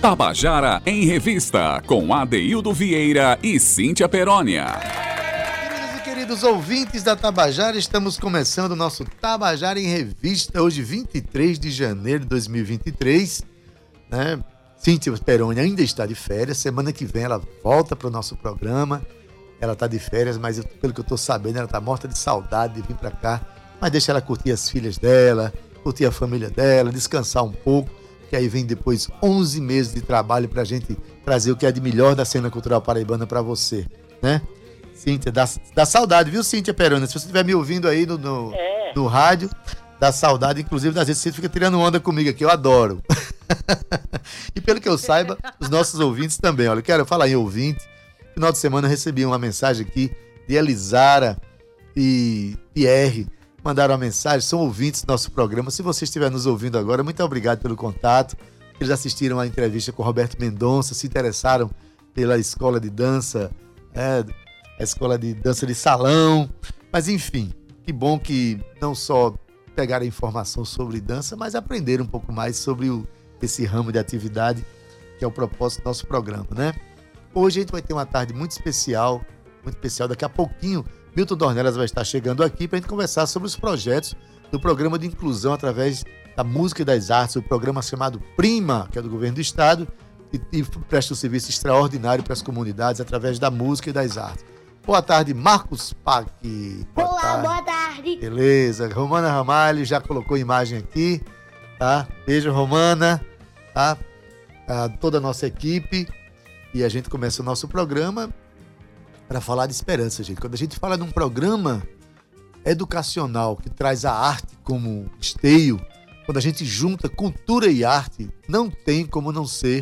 Tabajara em Revista, com Adeildo Vieira e Cíntia Perônia. Queridos e queridos ouvintes da Tabajara, estamos começando o nosso Tabajara em Revista, hoje 23 de janeiro de 2023, né? Cíntia Perônia ainda está de férias, semana que vem ela volta para o nosso programa, ela está de férias, mas pelo que eu estou sabendo, ela está morta de saudade de vir para cá, mas deixa ela curtir as filhas dela, curtir a família dela, descansar um pouco, que aí vem depois 11 meses de trabalho pra gente trazer o que é de melhor da cena cultural paraibana pra você, né? Cíntia, dá saudade, viu, Cíntia Perônia? Se você estiver me ouvindo aí no rádio, dá saudade, inclusive, às vezes você fica tirando onda comigo aqui, eu adoro. E pelo que eu saiba, os nossos ouvintes também, olha, eu quero falar em ouvinte, no final de semana eu recebi uma mensagem aqui de Elisara e Pierre, mandaram uma mensagem, são ouvintes do nosso programa. Se você estiver nos ouvindo agora, muito obrigado pelo contato. Eles assistiram a entrevista com o Roberto Mendonça, se interessaram pela escola de dança, a escola de dança de salão. Mas enfim, que bom que não só pegaram informação sobre dança, mas aprenderam um pouco mais sobre esse ramo de atividade, que é o propósito do nosso programa, né? Hoje a gente vai ter uma tarde muito especial. Daqui a pouquinho Milton Dornelas vai estar chegando aqui para a gente conversar sobre os projetos do Programa de Inclusão através da Música e das Artes, o programa chamado Prima, que é do Governo do Estado, e presta um serviço extraordinário para as comunidades através da música e das artes. Boa tarde, Marcos Pac. Boa tarde. Beleza, Romana Ramalho já colocou imagem aqui, tá? Beijo, Romana, tá? Toda a nossa equipe, e a gente começa o nosso programa para falar de esperança, gente. Quando a gente fala de um programa educacional que traz a arte como esteio, quando a gente junta cultura e arte, não tem como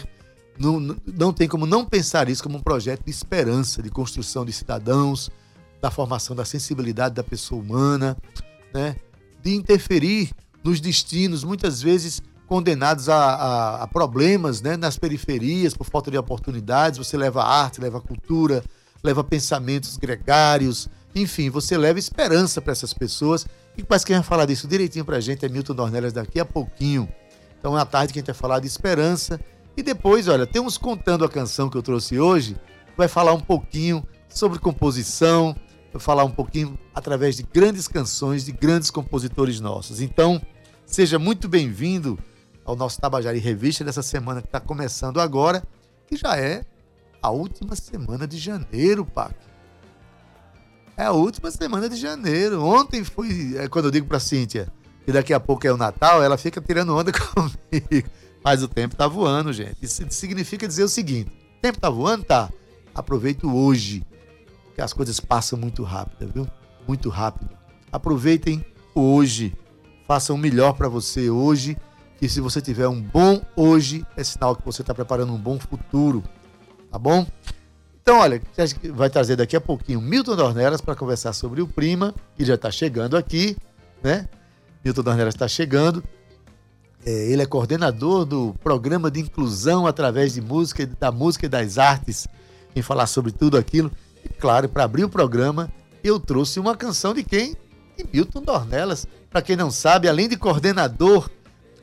não pensar isso como um projeto de esperança, de construção de cidadãos, da formação da sensibilidade da pessoa humana, né? De interferir nos destinos, muitas vezes condenados a problemas, né? Nas periferias, por falta de oportunidades. Você leva arte, leva cultura, leva pensamentos gregários, enfim, você leva esperança para essas pessoas. E parece que quem vai falar disso direitinho pra gente é Milton Dornelas daqui a pouquinho. Então é à tarde que a gente vai falar de esperança. E depois, olha, temos Contando a Canção que eu trouxe hoje, vai falar um pouquinho sobre composição, vai falar um pouquinho através de grandes canções de grandes compositores nossos. Então, seja muito bem-vindo ao nosso Tabajara em Revista dessa semana que está começando agora, que já é a última semana de janeiro, Pac. É a última semana de janeiro. Ontem foi, quando eu digo pra Cíntia que daqui a pouco é o Natal, ela fica tirando onda comigo. Mas o tempo tá voando, gente. Isso significa dizer o seguinte: o tempo tá voando? Tá. Aproveite hoje, que as coisas passam muito rápido, viu? Muito rápido. Aproveitem hoje. Façam o melhor pra você hoje. Que se você tiver um bom hoje, é sinal que você tá preparando um bom futuro. Tá bom? Então, olha, a gente vai trazer daqui a pouquinho Milton Dornelas para conversar sobre o Prima, que já está chegando aqui, né? Milton Dornelas está chegando. Ele é coordenador do Programa de Inclusão através da música e das artes, em falar sobre tudo aquilo. E, claro, para abrir o programa, eu trouxe uma canção de quem? De Milton Dornelas. Para quem não sabe, além de coordenador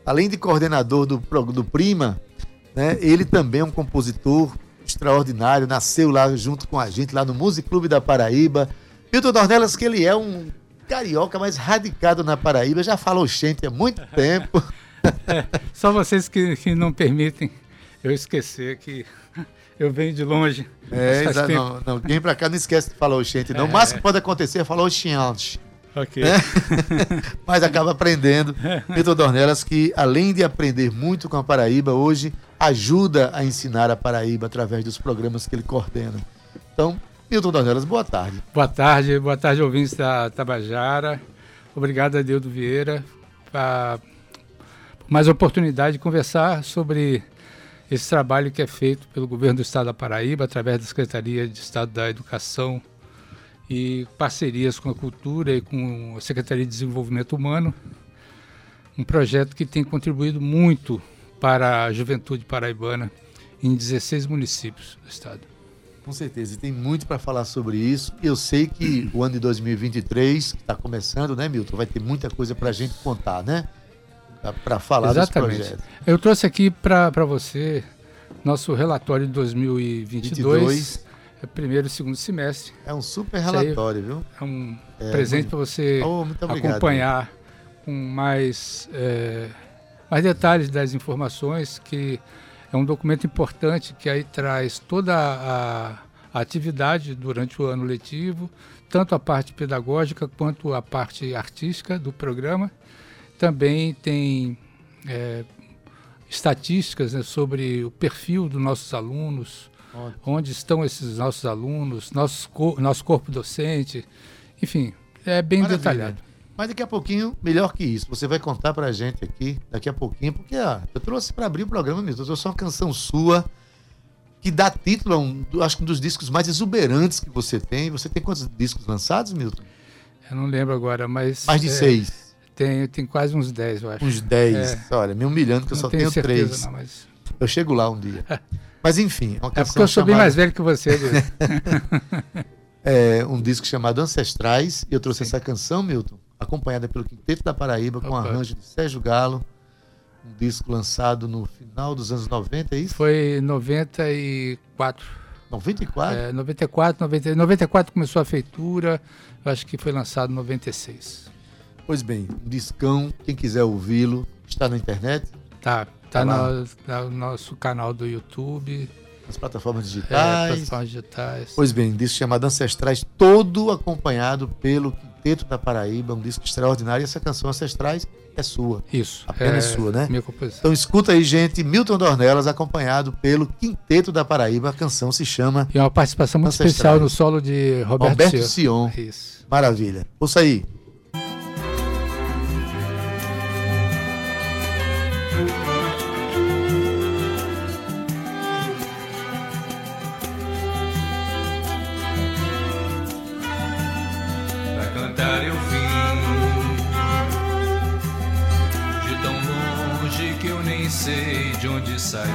do Prima, né? Ele também é um compositor extraordinário, nasceu lá junto com a gente, lá no Music Clube da Paraíba. Milton Dornelas, que ele é um carioca mais radicado na Paraíba, já falou oxente há muito tempo. Só vocês que não permitem eu esquecer que eu venho de longe. Não, quem pra cá não esquece de falar oxente, não. O máximo que pode acontecer é falar oxente. Ok. Mas acaba aprendendo. Milton Dornelas, que além de aprender muito com a Paraíba, hoje ajuda a ensinar a Paraíba através dos programas que ele coordena. Então, Milton Dornelas, boa tarde. Boa tarde, ouvintes da Tabajara. Obrigado a Adeildo Vieira por mais oportunidade de conversar sobre esse trabalho que é feito pelo Governo do Estado da Paraíba, através da Secretaria de Estado da Educação e parcerias com a Cultura e com a Secretaria de Desenvolvimento Humano. Um projeto que tem contribuído muito para a juventude paraibana em 16 municípios do estado. Com certeza, e tem muito para falar sobre isso. Eu sei que o ano de 2023, que está começando, né, Milton? Vai ter muita coisa para a gente contar, né? Para falar. Exatamente. Dos projetos. Eu trouxe aqui para você Nosso relatório de 2022 é primeiro e segundo semestre. É um super relatório, viu? É um presente para você acompanhar com mais detalhes das informações, que é um documento importante que aí traz toda a atividade durante o ano letivo, tanto a parte pedagógica quanto a parte artística do programa. Também tem estatísticas, né, sobre o perfil dos nossos alunos, onde estão esses nossos alunos, nosso corpo docente, enfim, é bem detalhado. Mas daqui a pouquinho, melhor que isso, você vai contar pra gente aqui, daqui a pouquinho, porque eu trouxe para abrir o programa mesmo, eu trouxe uma canção sua, que dá título a acho que um dos discos mais exuberantes que você tem. Você tem quantos discos lançados, Milton? Eu não lembro agora, mas... Mais de 6? Tem quase uns 10, eu acho. Uns 10? Olha, me humilhando que eu só tenho 3. Não, mas... Eu chego lá um dia. Mas enfim, uma canção porque eu sou bem mais velho que você. Um disco chamado Ancestrais, e eu trouxe essa canção, Milton, acompanhada pelo Quinteto da Paraíba, com arranjo de Sérgio Galo. Um disco lançado no final dos anos 90, é isso? Foi 94. 94? 94 começou a feitura, eu acho que foi lançado em 96. Pois bem, um discão, quem quiser ouvi-lo, está na internet? Tá no nosso canal do YouTube. Nas plataformas digitais. Plataformas digitais. Pois bem, um disco chamado Ancestrais, todo acompanhado pelo Quinteto da Paraíba, um disco extraordinário. E essa canção Ancestrais é sua. Isso. Apenas sua, né? Minha composição. Então escuta aí, gente, Milton Dornelas, acompanhado pelo Quinteto da Paraíba. A canção se chama... E uma participação muito especial no solo de Roberto Sion. Isso. Maravilha. Ouça aí. Eu vim de tão longe que eu nem sei de onde saí.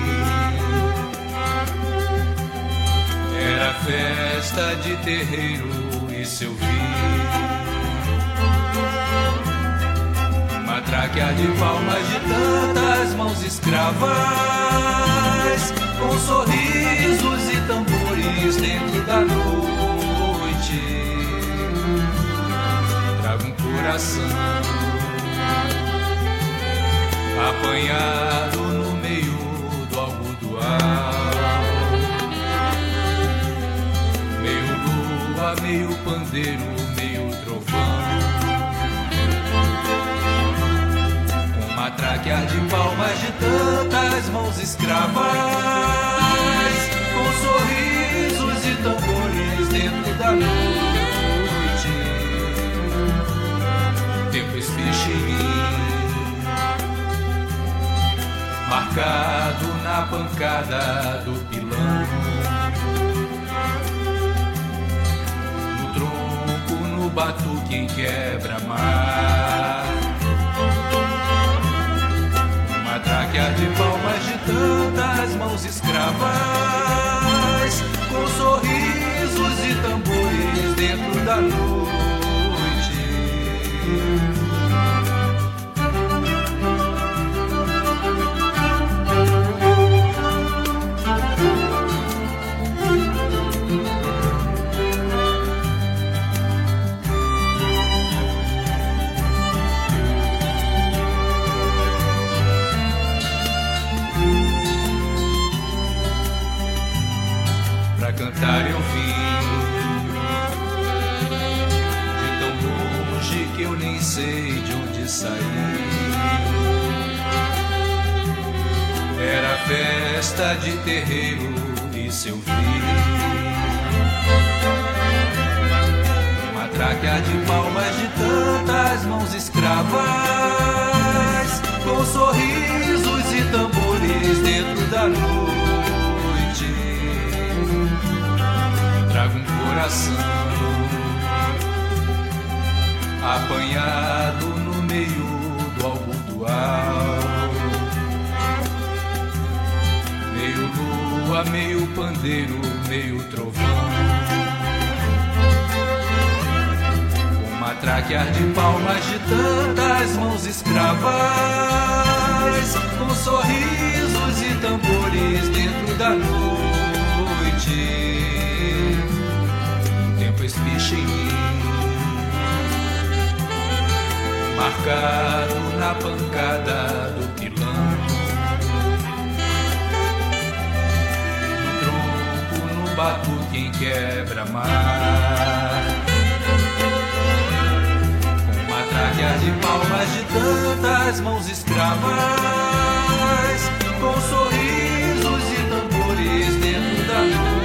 Era festa de terreiro, isso eu vi. Matraquear de palmas de tantas mãos escravas, com sorrisos e tambores dentro da noite. Trago um coração apanhado no meio do algodoal, meio lua, meio pandeiro, meio trovão, com matraquear de palmas de tantas mãos escravas, com sorrisos e tambores dentro da noite. Tempo espiche em mim, marcado na pancada do pilão, no tronco, no batuque em quebra-mar, matraquear de palmas de tantas mãos escravas, com sorrisos e tambores dentro da noite. Pra cantar eu vim de tão longe que eu nem sei de onde saí. Era festa de terreiro, isso eu vi. Matraquear de palmas de tantas mãos escravas, com sorrisos e tambores dentro da noite. Trago um coração apanhado no meio do algodoal, meio lua, meio pandeiro, meio trovão, com matraquear de palmas de tantas mãos escravas, com sorrisos e e tambores dentro da noite. O tempo espicha em mim, marcado na pancada do pilantra, no tronco, no batuque em quebra-mar, com uma traquear de palmas de tantas mãos escravas, com sorrisos e tambores dentro da noite.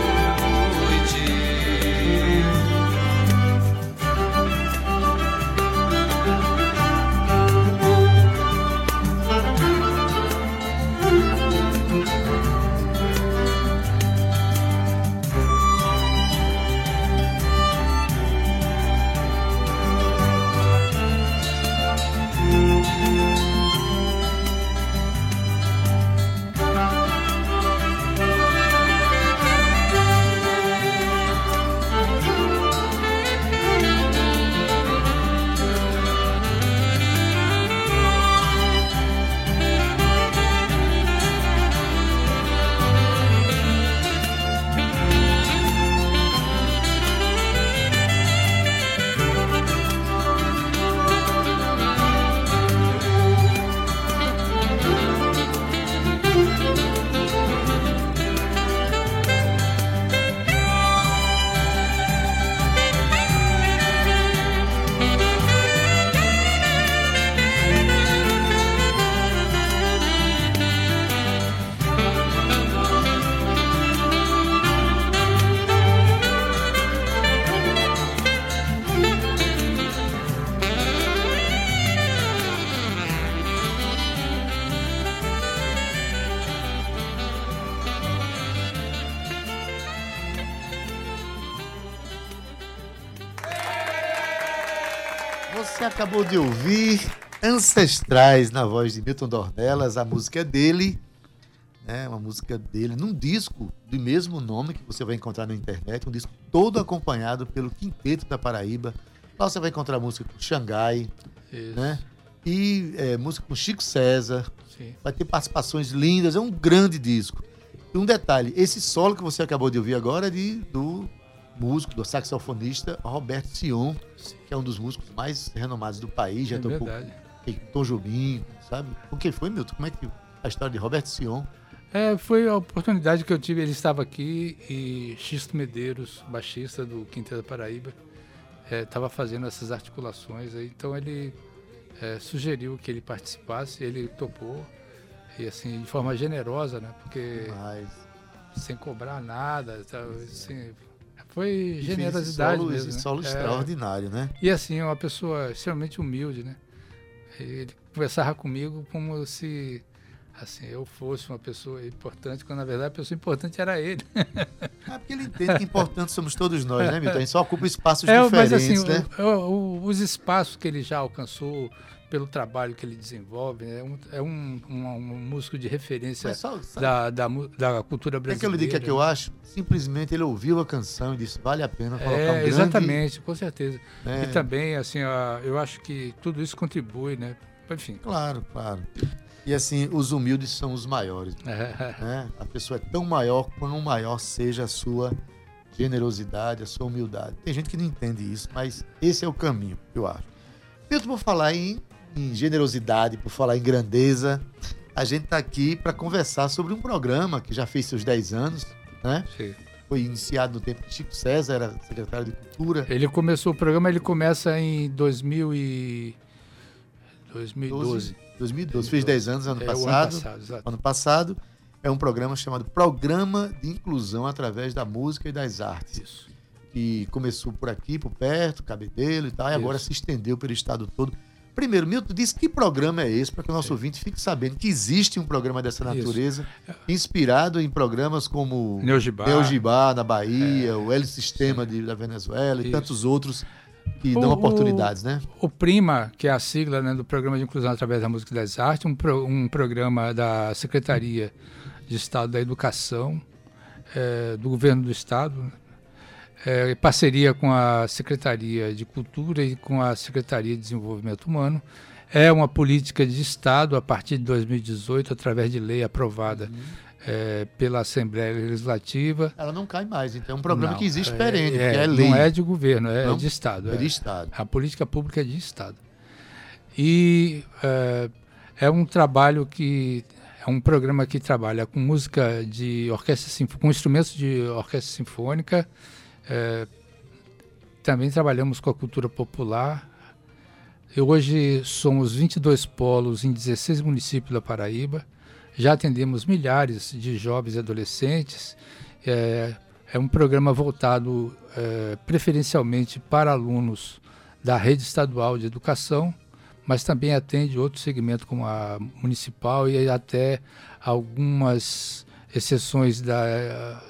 Você acabou de ouvir Ancestrais na voz de Milton Dornelas, a música é dele, né? Uma música dele num disco do mesmo nome que você vai encontrar na internet, um disco todo acompanhado pelo Quinteto da Paraíba. Lá você vai encontrar música com Xangai, né? E música com Chico César. Sim. Vai ter participações lindas, é um grande disco. E um detalhe, esse solo que você acabou de ouvir agora é do músico, do saxofonista Roberto Sion, que é um dos músicos mais renomados do país, já tocou com Tom Jobim, sabe? O que foi, Milton? Como é que a história de Roberto Sion? Foi a oportunidade que eu tive, ele estava aqui e Xisto Medeiros, baixista do Quinteto da Paraíba, estava fazendo essas articulações, então ele sugeriu que ele participasse, ele topou, e assim, de forma generosa, né? Porque sem cobrar nada, assim, foi generosidade mesmo. Esse solo extraordinário, né? E assim, uma pessoa extremamente humilde, né? Ele conversava comigo como se assim, eu fosse uma pessoa importante, quando na verdade a pessoa importante era ele. Porque ele entende que importantes somos todos nós, né, Milton? A gente só ocupa espaços diferentes, mas, assim, né? Os espaços que ele já alcançou, pelo trabalho que ele desenvolve, né? É um músico de referência da cultura brasileira. É que eu lhe digo que eu acho, simplesmente ele ouviu a canção e disse, vale a pena colocar um grande... Exatamente, com certeza. E também, assim, eu acho que tudo isso contribui, né? Enfim. Claro, claro. E assim, os humildes são os maiores. Né? A pessoa é tão maior quanto maior seja a sua generosidade, a sua humildade. Tem gente que não entende isso, mas esse é o caminho, eu acho. Milton, por falar em generosidade, por falar em grandeza, a gente está aqui para conversar sobre um programa que já fez seus 10 anos, né? Sim. Foi iniciado no tempo de Chico César, era secretário de Cultura. O programa começa em 2012. 2012, fez 10 anos ano passado. Ano passado. É um programa chamado Programa de Inclusão através da Música e das Artes. Isso. Que começou por aqui, por perto, Cabedelo e tal, e agora se estendeu pelo estado todo. Primeiro, Milton, diz que programa é esse, para que o nosso ouvinte fique sabendo que existe um programa dessa natureza, inspirado em programas como Neogibá, na Bahia, o Hélio Sistema da Venezuela e tantos outros que dão oportunidades, né? O PRIMA, que é a sigla, né, do Programa de Inclusão através da Música e das Artes, um programa da Secretaria de Estado da Educação, do Governo do Estado, em parceria com a Secretaria de Cultura e com a Secretaria de Desenvolvimento Humano, É uma política de Estado a partir de 2018, através de lei aprovada pela Assembleia Legislativa. Ela não cai mais, então é um programa que existe porque é lei. Não é de governo, é de Estado. É de Estado. A política pública é de Estado. E é um trabalho que... É um programa que trabalha com música de orquestra, com instrumentos de orquestra sinfônica. Também trabalhamos com a cultura popular. Hoje somos 22 polos em 16 municípios da Paraíba. Já atendemos milhares de jovens e adolescentes. É um programa voltado preferencialmente para alunos da rede estadual de educação, mas também atende outros segmentos como a municipal e até algumas exceções da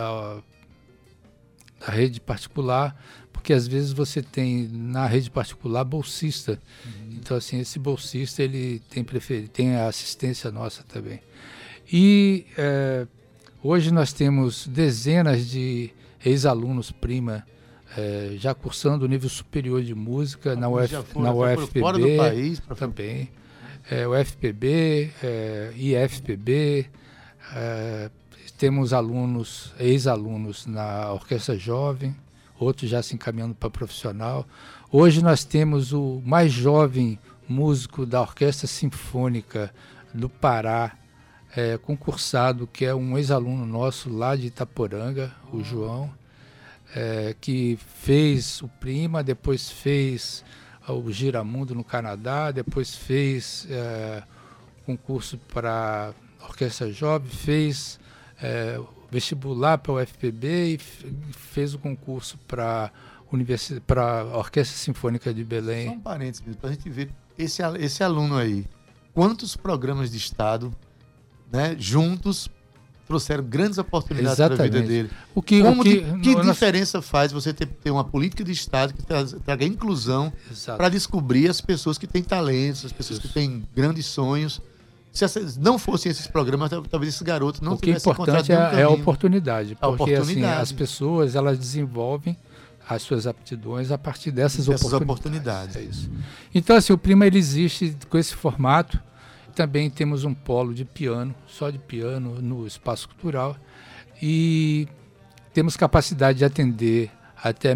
rede particular, porque às vezes você tem na rede particular bolsista. Então, assim, esse bolsista ele tem a assistência nossa também. E hoje nós temos dezenas de ex-alunos Prima já cursando o nível superior de música na UFPB, fora do país, também. UFPB, IFPB, temos ex-alunos na Orquestra Jovem, outros já se encaminhando para profissional. Hoje nós temos o mais jovem músico da Orquestra Sinfônica do Pará, concursado, que é um ex-aluno nosso lá de Itaporanga, o João, que fez o Prima, depois fez o Giramundo no Canadá, depois fez concurso para Orquestra Jovem, fez vestibular para o UFPB e fez o concurso para a Orquestra Sinfônica de Belém. Só um parênteses, para a gente ver esse aluno aí, quantos programas de Estado, né, juntos trouxeram grandes oportunidades para a vida dele. Que diferença faz você ter uma política de Estado que traga inclusão para descobrir as pessoas que têm talentos, as pessoas que têm grandes sonhos. Se não fossem esses programas, talvez esses garotos não tivessem encontrado. O que é importante é a oportunidade, porque assim, as pessoas elas desenvolvem as suas aptidões a partir dessas oportunidades. É isso. Então, assim, o Prima ele existe com esse formato. Também temos um polo de piano, só de piano, no Espaço Cultural. E temos capacidade de atender até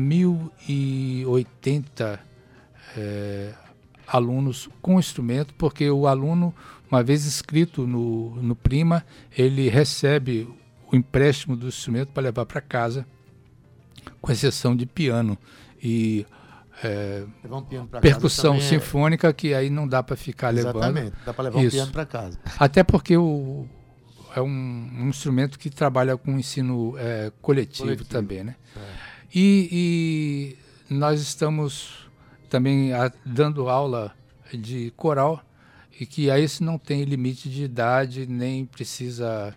1.080 alunos com instrumento, porque o aluno, uma vez inscrito no Prima, ele recebe o empréstimo do instrumento para levar para casa, com exceção de piano e percussão sinfônica, que aí não dá para ficar levando. Exatamente, dá para levar um piano para casa. Até porque é um instrumento que trabalha com ensino coletivo também, né? E nós estamos também dando aula de coral, e que aí esse não tem limite de idade, nem precisa,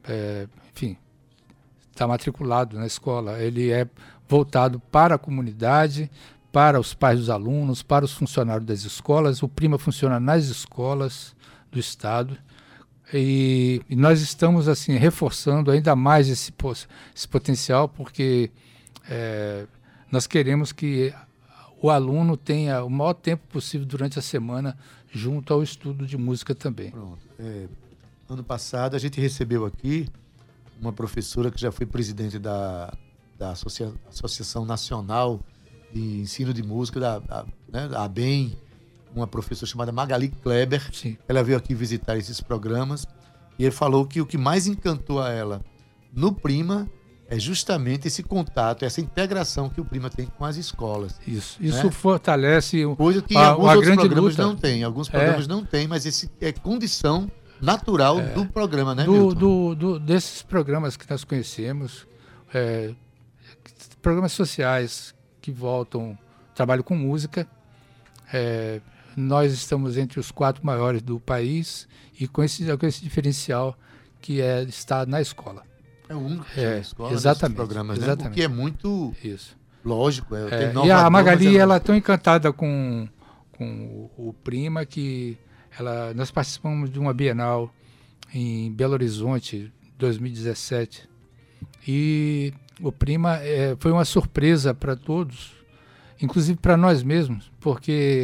estar matriculado na escola. Ele é voltado para a comunidade, para os pais dos alunos, para os funcionários das escolas. O Prima funciona nas escolas do Estado. E nós estamos assim reforçando ainda mais esse potencial, porque nós queremos que o aluno tenha o maior tempo possível durante a semana junto ao estudo de música também. Pronto. Ano passado a gente recebeu aqui uma professora que já foi presidente da Associação Nacional de Ensino de Música, da ABEM, uma professora chamada Magali Kleber. Sim. Ela veio aqui visitar esses programas e ele falou que o que mais encantou a ela no Prima é justamente esse contato, essa integração que o Prima tem com as escolas. Isso fortalece coisa que alguns outros programas luta. Não têm. Alguns programas não têm, mas esse é condição natural do programa, né, desses programas que nós conhecemos, programas sociais que voltam, trabalho com música. Nós estamos entre os 4 maiores do país e com esse diferencial que é estar na escola. É o único que na escola, exatamente, programas, exatamente. Né? O que é muito lógico. E a Magali ela é tão encantada com o Prima que nós participamos de uma Bienal em Belo Horizonte, 2017. E o Prima foi uma surpresa para todos, inclusive para nós mesmos, porque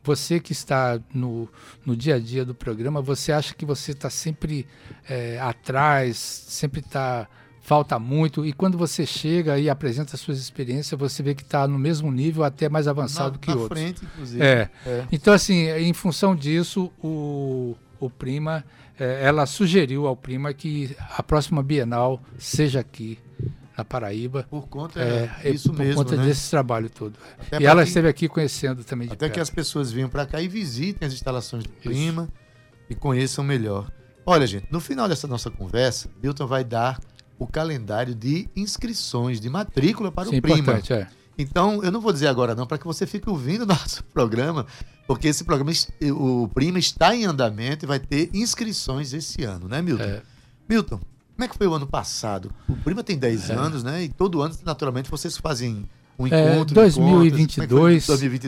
você que está no dia a dia do programa, você acha que você está sempre atrás, sempre falta muito, e quando você chega e apresenta as suas experiências, você vê que está no mesmo nível, até mais avançado que outros. Na frente, inclusive. Então, assim, em função disso, o Prima, ela sugeriu ao Prima que a próxima Bienal seja aqui na Paraíba. Por conta por conta né? desse trabalho todo. Até e ela esteve aqui conhecendo também de Até perto. que as pessoas venham para cá e visitem as instalações do Prima e conheçam melhor. Olha, gente, no final dessa nossa conversa, Milton vai dar o calendário de inscrições, de matrícula para o Prima. Importante, Então, eu não vou dizer agora não, para que você fique ouvindo o nosso programa, porque esse programa, o Prima está em andamento e vai ter inscrições esse ano, né, Milton? Milton, como é que foi o ano passado? O Prima tem 10 anos, né? E todo ano, naturalmente, vocês fazem um encontro. 2022.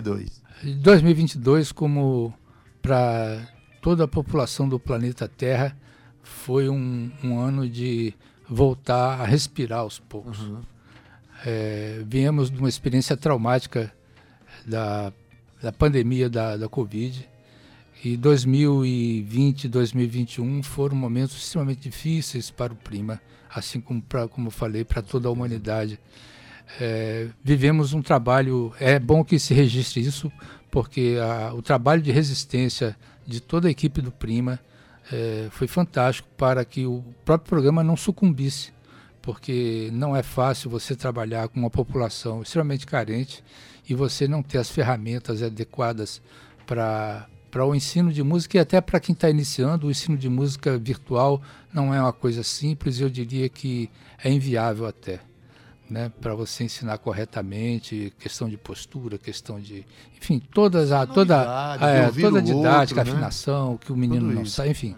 2022, como para toda a população do planeta Terra, foi um ano de voltar a respirar aos poucos. Viemos de uma experiência traumática da pandemia da Covid, e 2020 e 2021 foram momentos extremamente difíceis para o Prima, assim como eu falei, para toda a humanidade. Vivemos um trabalho, é bom que se registre isso, porque o trabalho de resistência de toda a equipe do Prima foi fantástico para que o próprio programa não sucumbisse, porque não é fácil você trabalhar com uma população extremamente carente e você não ter as ferramentas adequadas para o ensino de música, e até para quem está iniciando. O ensino de música virtual não é uma coisa simples, eu diria que é inviável até, né, para você ensinar corretamente, questão de postura, questão de, enfim, toda a didática, né? afinação, que o menino não sabe, enfim.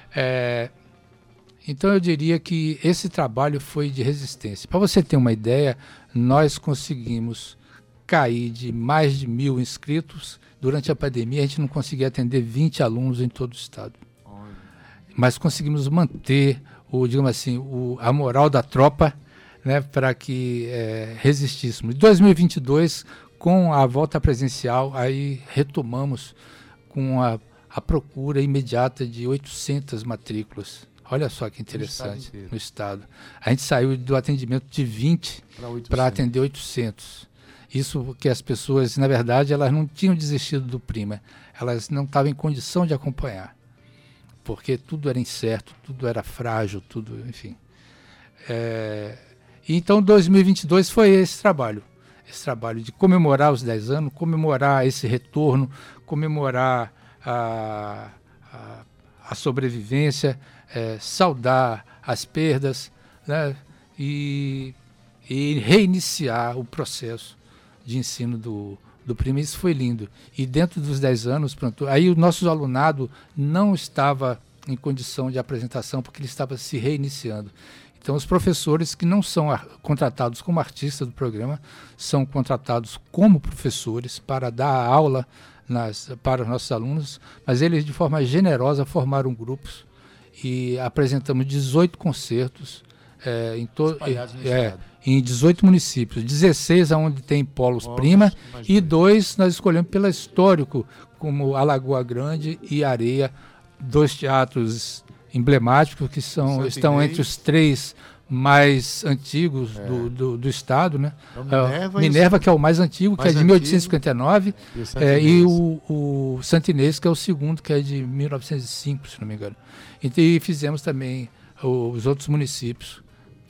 Então eu diria que esse trabalho foi de resistência. Para você ter uma ideia, nós conseguimos cair de mais de 1.000 inscritos. Durante a pandemia, a gente não conseguia atender 20 alunos em todo o estado. Mas conseguimos manter, digamos assim, a moral da tropa, né, para que resistíssemos. Em 2022, com a volta presencial, aí retomamos com a procura imediata de 800 matrículas. Olha só que interessante, no estado. A gente saiu do atendimento de 20 para atender 800. Isso porque as pessoas, na verdade, elas não tinham desistido do Prima. Elas não estavam em condição de acompanhar, porque tudo era incerto, tudo era frágil, tudo, enfim. Então, 2022 foi esse trabalho de comemorar os 10 anos, comemorar esse retorno, comemorar a sobrevivência, saudar as perdas, né, e reiniciar o processo de ensino do Prima. Isso foi lindo. E dentro dos 10 anos, pronto, aí o nosso alunado não estava em condição de apresentação, porque ele estava se reiniciando. Então, os professores que não são contratados como artistas do programa, são contratados como professores para dar aula para os nossos alunos, mas eles, de forma generosa, formaram grupos e apresentamos 18 concertos em 18 municípios, 16 onde tem polos Prima, e 2 nós escolhemos pela histórico, como a Lagoa Grande e Areia, 2 teatros emblemáticos que estão entre os 3 mais antigos do estado, né? Minerva, que é o mais antigo, que é de 1859, e o Santo Inês, que é o segundo, que é de 1905, se não me engano. E fizemos também os outros municípios,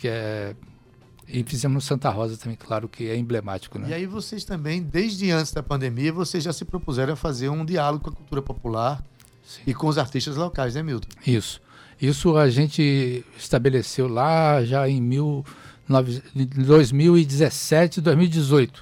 e fizemos no Santa Rosa também, claro, que é emblemático, né? E aí vocês também, desde antes da pandemia, vocês já se propuseram a fazer um diálogo com a cultura popular. Sim. E com os artistas locais, né, Milton? Isso a gente estabeleceu lá já em 2017, 2018.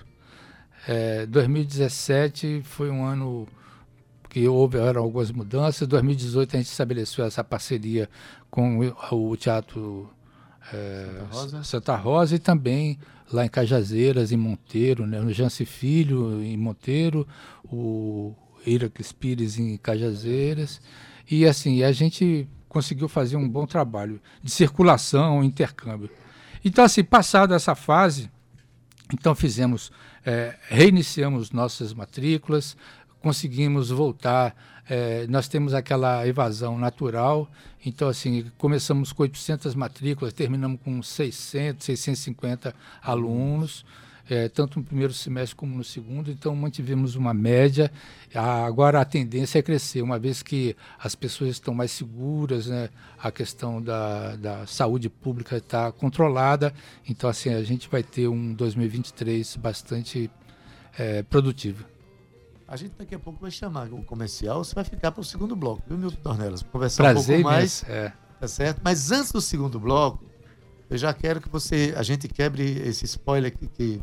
2017 foi um ano que houveram algumas mudanças. 2018 a gente estabeleceu essa parceria com o Teatro Santa Rosa e também lá em Cajazeiras, em Monteiro, né, no Janci Filho, em Monteiro, o Heracles Pires em Cajazeiras. E assim, a gente conseguiu fazer um bom trabalho de circulação, intercâmbio. Então, assim, passada essa fase, então reiniciamos nossas matrículas, conseguimos voltar. Nós temos aquela evasão natural, então assim, começamos com 800 matrículas, terminamos com 600, 650 alunos, tanto no primeiro semestre como no segundo, então mantivemos uma média. Agora a tendência é crescer, uma vez que as pessoas estão mais seguras, né? A questão da saúde pública está controlada, então assim, a gente vai ter um 2023 bastante produtivo. A gente daqui a pouco vai chamar o comercial, você vai ficar para o segundo bloco, viu, Milton Dornelas? Conversar Prazer um pouco mais, imenso, tá certo? Mas antes do segundo bloco, eu já quero que a gente quebre esse spoiler aqui,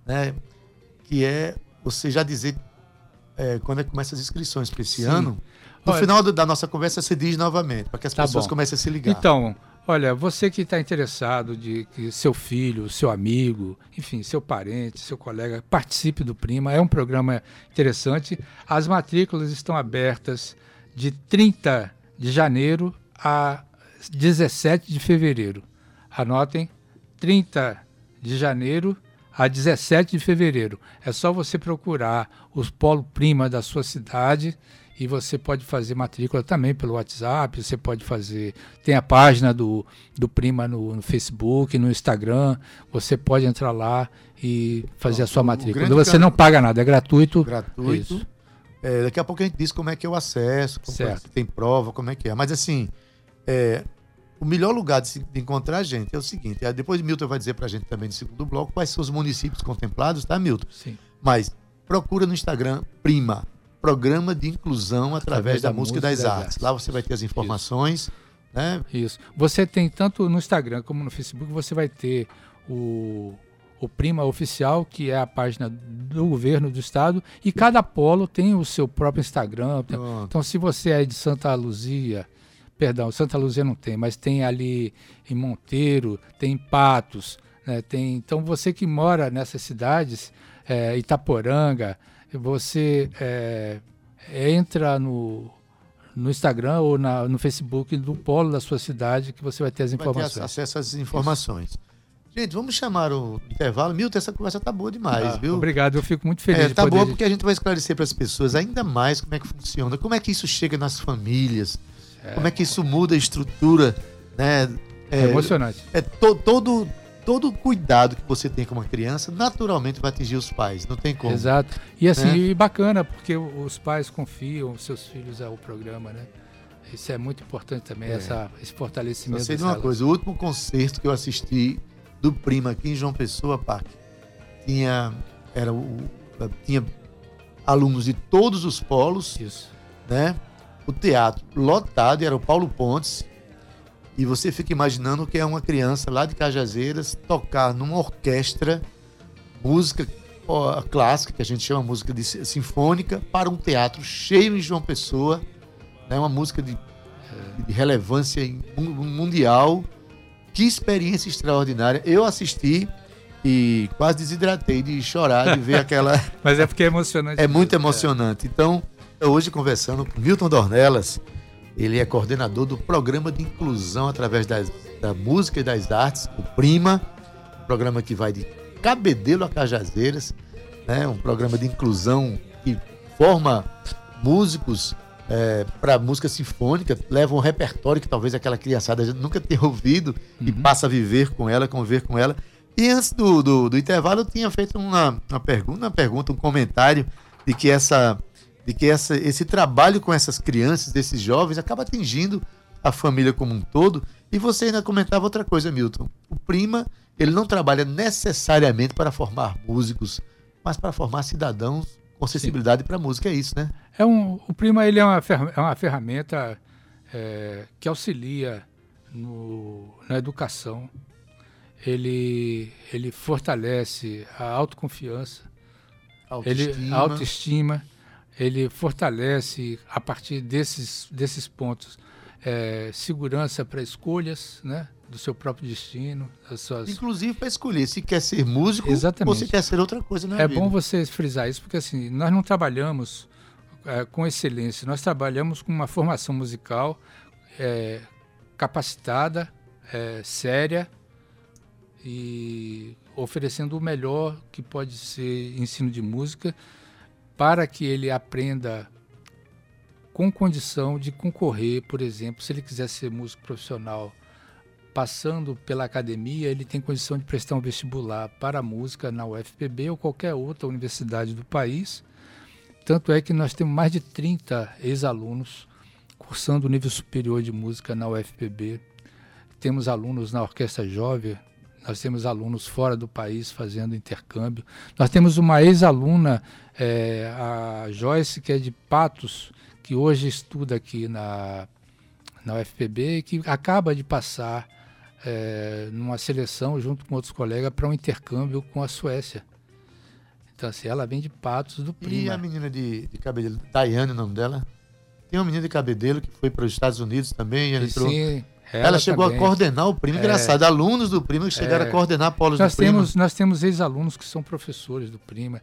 que é você já dizer quando é que começa as inscrições para esse ano. No final da nossa conversa, você diz novamente, para que as pessoas comecem a se ligar. Então, olha, você que está interessado de que seu filho, seu amigo, enfim, seu parente, seu colega participe do Prima, é um programa interessante. As matrículas estão abertas de 30 de janeiro a 17 de fevereiro. Anotem, 30 de janeiro a 17 de fevereiro. É só você procurar os Polo Prima da sua cidade e você pode fazer matrícula também pelo WhatsApp, você pode fazer... Tem a página do Prima no Facebook, no Instagram, você pode entrar lá e fazer a sua matrícula. Você não paga nada, é gratuito. Gratuito. Isso. Daqui a pouco a gente diz como é que é o acesso, se tem prova, como é que é. Mas assim, o melhor lugar de encontrar a gente é o seguinte, depois Milton vai dizer pra gente também no segundo bloco quais são os municípios contemplados, tá, Milton? Sim. Mas procura no Instagram Prima, Programa de Inclusão através da Música e das Artes. Lá você vai ter as informações, né? Isso. Você tem tanto no Instagram como no Facebook, você vai ter o Prima Oficial, que é a página do governo do estado, e cada polo tem o seu próprio Instagram. Então, se você é de Santa Luzia não tem, mas tem ali em Monteiro, tem em Patos, né? Então você que mora nessas cidades, Itaporanga, você entra no Instagram ou no Facebook do polo da sua cidade que você vai ter as informações. Vai ter acesso às informações. Isso. Gente, vamos chamar o intervalo. Milton, essa conversa tá boa demais, viu? Obrigado, eu fico muito feliz de poder... boa porque a gente vai esclarecer para as pessoas ainda mais como é que funciona, como é que isso chega nas famílias, como é que isso muda a estrutura, né? É emocionante. Todo cuidado que você tem com uma criança, naturalmente vai atingir os pais, não tem como. Exato. E assim, bacana, porque os pais confiam seus filhos ao programa, né? Isso é muito importante também, esse fortalecimento. Eu sei de uma coisa, o último concerto que eu assisti do Prima aqui em João Pessoa, Parque, tinha alunos de todos os polos, isso, né? O teatro lotado, era o Paulo Pontes, e você fica imaginando que é uma criança lá de Cajazeiras tocar numa orquestra música clássica, que a gente chama música de sinfônica, para um teatro cheio em João Pessoa, né? Uma música de relevância mundial. Que experiência extraordinária. Eu assisti e quase desidratei de chorar, de ver aquela... Mas é porque é emocionante. É muito emocionante. Então, hoje conversando com Milton Dornelas, ele é coordenador do Programa de Inclusão através da Música e das Artes, o Prima, um programa que vai de Cabedelo a Cajazeiras, né? Um programa de inclusão que forma músicos para música sinfônica, leva um repertório que talvez aquela criançada nunca tenha ouvido e passa a viver com ela, conviver com ela. E antes do intervalo eu tinha feito uma pergunta, um comentário de que esse trabalho com essas crianças, desses jovens, acaba atingindo a família como um todo. E você ainda comentava outra coisa, Milton. O Prima, ele não trabalha necessariamente para formar músicos, mas para formar cidadãos com sensibilidade para a música, é isso, né? O Prima, ele é uma ferramenta que auxilia na educação. Ele fortalece a autoconfiança, a autoestima, ele fortalece, a partir desses pontos, segurança para escolhas, né, do seu próprio destino. Inclusive para escolher se quer ser músico. Exatamente. Ou se quer ser outra coisa na vida. É bom você frisar isso, porque assim, nós não trabalhamos com excelência, nós trabalhamos com uma formação musical capacitada, séria, e oferecendo o melhor que pode ser ensino de música, para que ele aprenda com condição de concorrer, por exemplo, se ele quiser ser músico profissional, passando pela academia, ele tem condição de prestar um vestibular para a música na UFPB ou qualquer outra universidade do país. Tanto é que nós temos mais de 30 ex-alunos cursando o nível superior de música na UFPB. Temos alunos na Orquestra Jovem, nós temos alunos fora do país fazendo intercâmbio. Nós temos uma ex-aluna, a Joyce, que é de Patos, que hoje estuda aqui na UFPB, que acaba de passar numa seleção junto com outros colegas para um intercâmbio com a Suécia. Então, assim, ela vem de Patos do Prima. E a menina de Cabedelo, Daiane, o nome dela? Tem uma menina de Cabedelo que foi para os Estados Unidos também. Sim, ela chegou também a coordenar o Prima. Engraçado, alunos do Prima que chegaram a coordenar polos do Prima. Nós temos ex-alunos que são professores do Prima.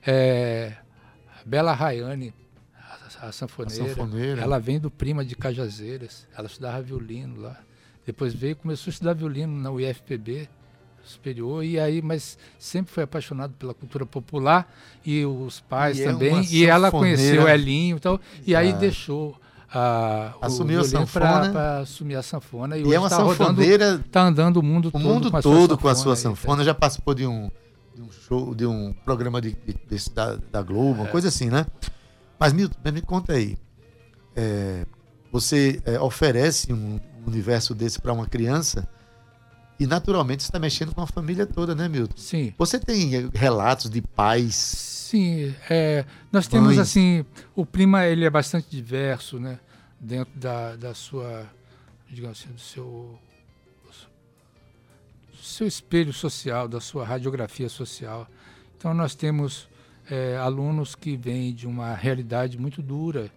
Bela Rayane, a sanfoneira, ela vem do Prima de Cajazeiras. Ela estudava violino lá. Depois começou a estudar violino na UFPB superior, mas sempre foi apaixonado pela cultura popular, e os pais também, e ela conheceu o Elinho e tal, e aí deixou assumiu a sanfona para assumir a sanfona, e hoje é uma sanfoneira, está andando o mundo todo com a sua sanfona. Já participou de um show, de um programa da Globo, uma coisa assim, né? Mas Milton, me conta aí, você oferece um universo desse para uma criança, e naturalmente você está mexendo com a família toda, né, Milton? Sim. Você tem relatos de pais? Sim, nós temos assim, o Prima ele é bastante diverso, né? Dentro da sua, digamos assim, do seu espelho social, da sua radiografia social. Então nós temos alunos que vêm de uma realidade muito dura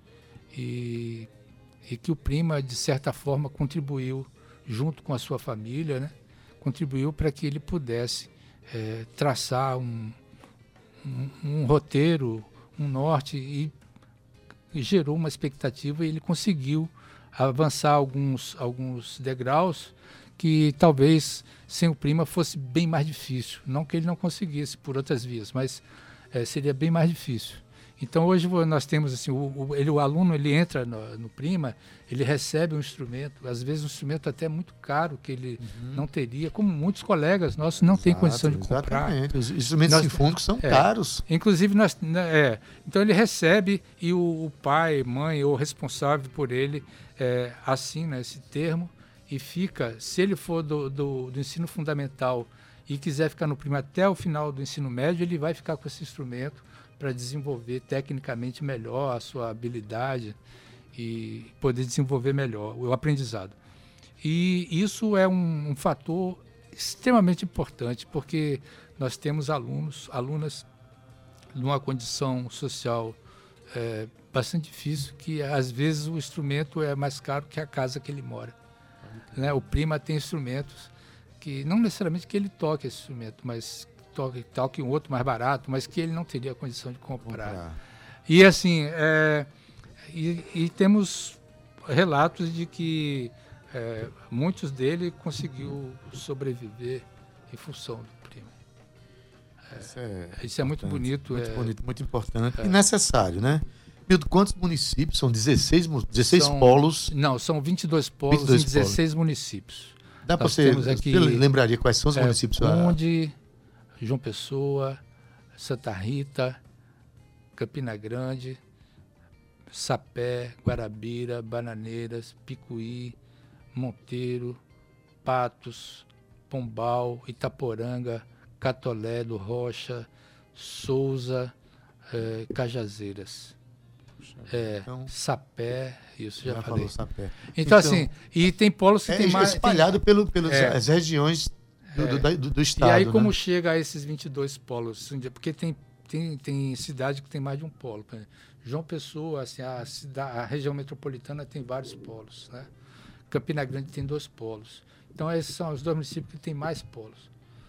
e que o Prima, de certa forma, contribuiu junto com a sua família, né? Contribuiu para que ele pudesse traçar um roteiro, um norte, e gerou uma expectativa, e ele conseguiu avançar alguns degraus que talvez sem o Prima fosse bem mais difícil. Não que ele não conseguisse por outras vias, mas seria bem mais difícil. Então hoje nós temos assim, o aluno ele entra no Prima, ele recebe um instrumento, às vezes um instrumento até muito caro, que ele não teria, como muitos colegas nossos não têm condição de comprar. Exatamente, os instrumentos sinfônicos são caros. Inclusive, então ele recebe, e o pai, mãe ou responsável por ele assina esse termo e fica, se ele for do ensino fundamental e quiser ficar no Prima até o final do ensino médio, ele vai ficar com esse instrumento para desenvolver tecnicamente melhor a sua habilidade e poder desenvolver melhor o aprendizado. E isso é um fator extremamente importante, porque nós temos alunas numa condição social bastante difícil, que às vezes o instrumento é mais caro que a casa que ele mora. Né? O Prima tem instrumentos que, não necessariamente que ele toque esse instrumento, mas toque um outro mais barato, mas que ele não teria condição de comprar. E assim, e temos relatos de que muitos dele conseguiu sobreviver em função do Prima. Isso é muito bonito. Muito bonito, muito importante e necessário, né? Milton, quantos municípios? São 16 polos? Não, são 22 polos em 16 municípios. Dá para você lembraria quais são os municípios? Conde, João Pessoa, Santa Rita, Campina Grande, Sapé, Guarabira, Bananeiras, Picuí, Monteiro, Patos, Pombal, Itaporanga, Catolé do Rocha, Souza, Cajazeiras. Então, Sapé, isso já falei. Sapé. Então, assim, e tem polos que tem mais... espalhado pelas regiões do estado. E aí, como chega a esses 22 polos? Porque tem cidade que tem mais de um polo. João Pessoa, assim, a região metropolitana tem vários polos, né? Campina Grande tem 2 polos. Então, esses são os 2 municípios que têm mais polos.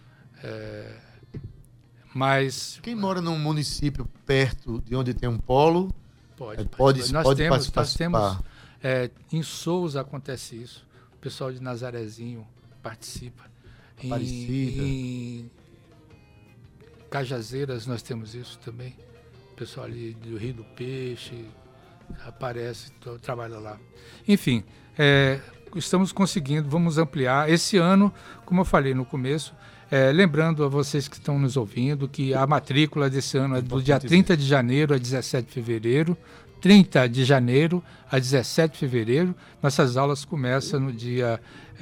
Mas... Quem mora num município perto de onde tem um polo... Pode participar. Em Souza acontece isso. O pessoal de Nazarezinho participa. Em Cajazeiras nós temos isso também. pessoal ali do Rio do Peixe aparece, trabalha lá. Enfim, estamos conseguindo, vamos ampliar. Esse ano, como eu falei no começo, lembrando a vocês que estão nos ouvindo que a matrícula desse ano é do dia 30 de janeiro a 17 de fevereiro. 30 de janeiro a 17 de fevereiro. Nossas aulas começam no dia...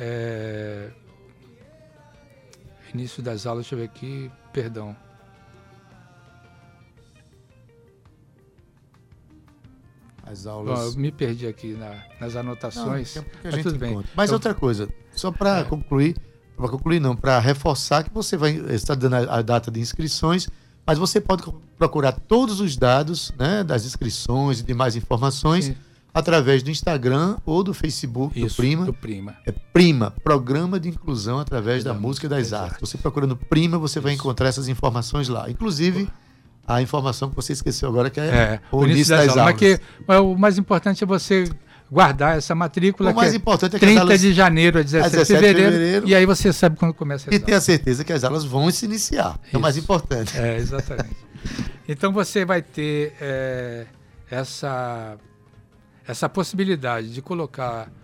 início das aulas, deixa eu ver aqui, perdão. As aulas... Eu me perdi aqui nas anotações. Mas tudo bem. Conta. Mas outra coisa, só para concluir, para reforçar que você está dando a data de inscrições, mas você pode procurar todos os dados, né, das inscrições e demais informações, sim, através do Instagram ou do Facebook do Prima. Do Prima. É Prima, Programa de Inclusão através da Música e das Artes. Você procurando Prima, você vai encontrar essas informações lá. Inclusive, a informação que você esqueceu agora, que é o início das aulas. Mas o mais importante é você guardar essa matrícula, o mais importante é que 30 de janeiro a 17 de fevereiro, e aí você sabe quando começa as aulas. E tenha certeza que as aulas vão se iniciar. É o mais importante. Exatamente. Então você vai ter essa possibilidade de colocar,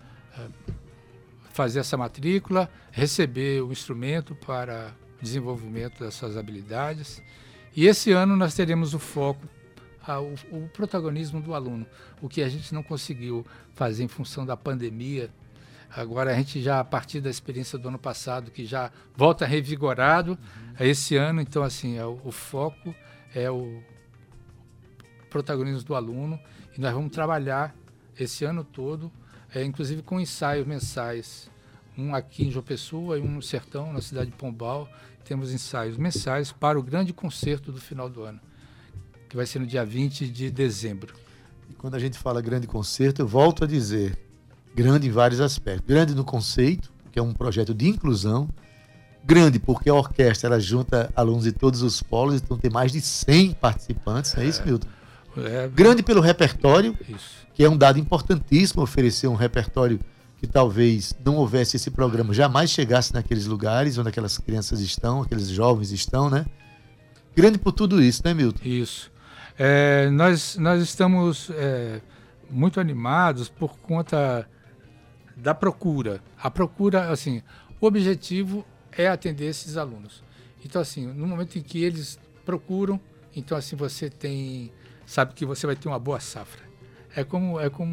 fazer essa matrícula, receber o instrumento para desenvolvimento das suas habilidades. E esse ano nós teremos o foco, o protagonismo do aluno, o que a gente não conseguiu fazer em função da pandemia. Agora a gente já, a partir da experiência do ano passado, que já volta revigorado esse ano, então assim, o foco é o protagonismo do aluno, e nós vamos trabalhar esse ano todo, inclusive com ensaios mensais, um aqui em João Pessoa e um no Sertão, na cidade de Pombal. Temos ensaios mensais para o grande concerto do final do ano, que vai ser no dia 20 de dezembro. E quando a gente fala grande concerto, eu volto a dizer, grande em vários aspectos. Grande no conceito, que é um projeto de inclusão. Grande porque a orquestra ela junta alunos de todos os polos, então tem mais de 100 participantes, é isso, Milton? Grande pelo repertório, que é um dado importantíssimo, oferecer um repertório que talvez não houvesse esse programa, jamais chegasse naqueles lugares onde aquelas crianças estão, aqueles jovens estão, né? Grande por tudo isso, né, Milton? Isso. Nós estamos muito animados por conta da procura. A procura, assim, o objetivo é atender esses alunos. Então, assim, no momento em que eles procuram, então, assim, você sabe que você vai ter uma boa safra. É como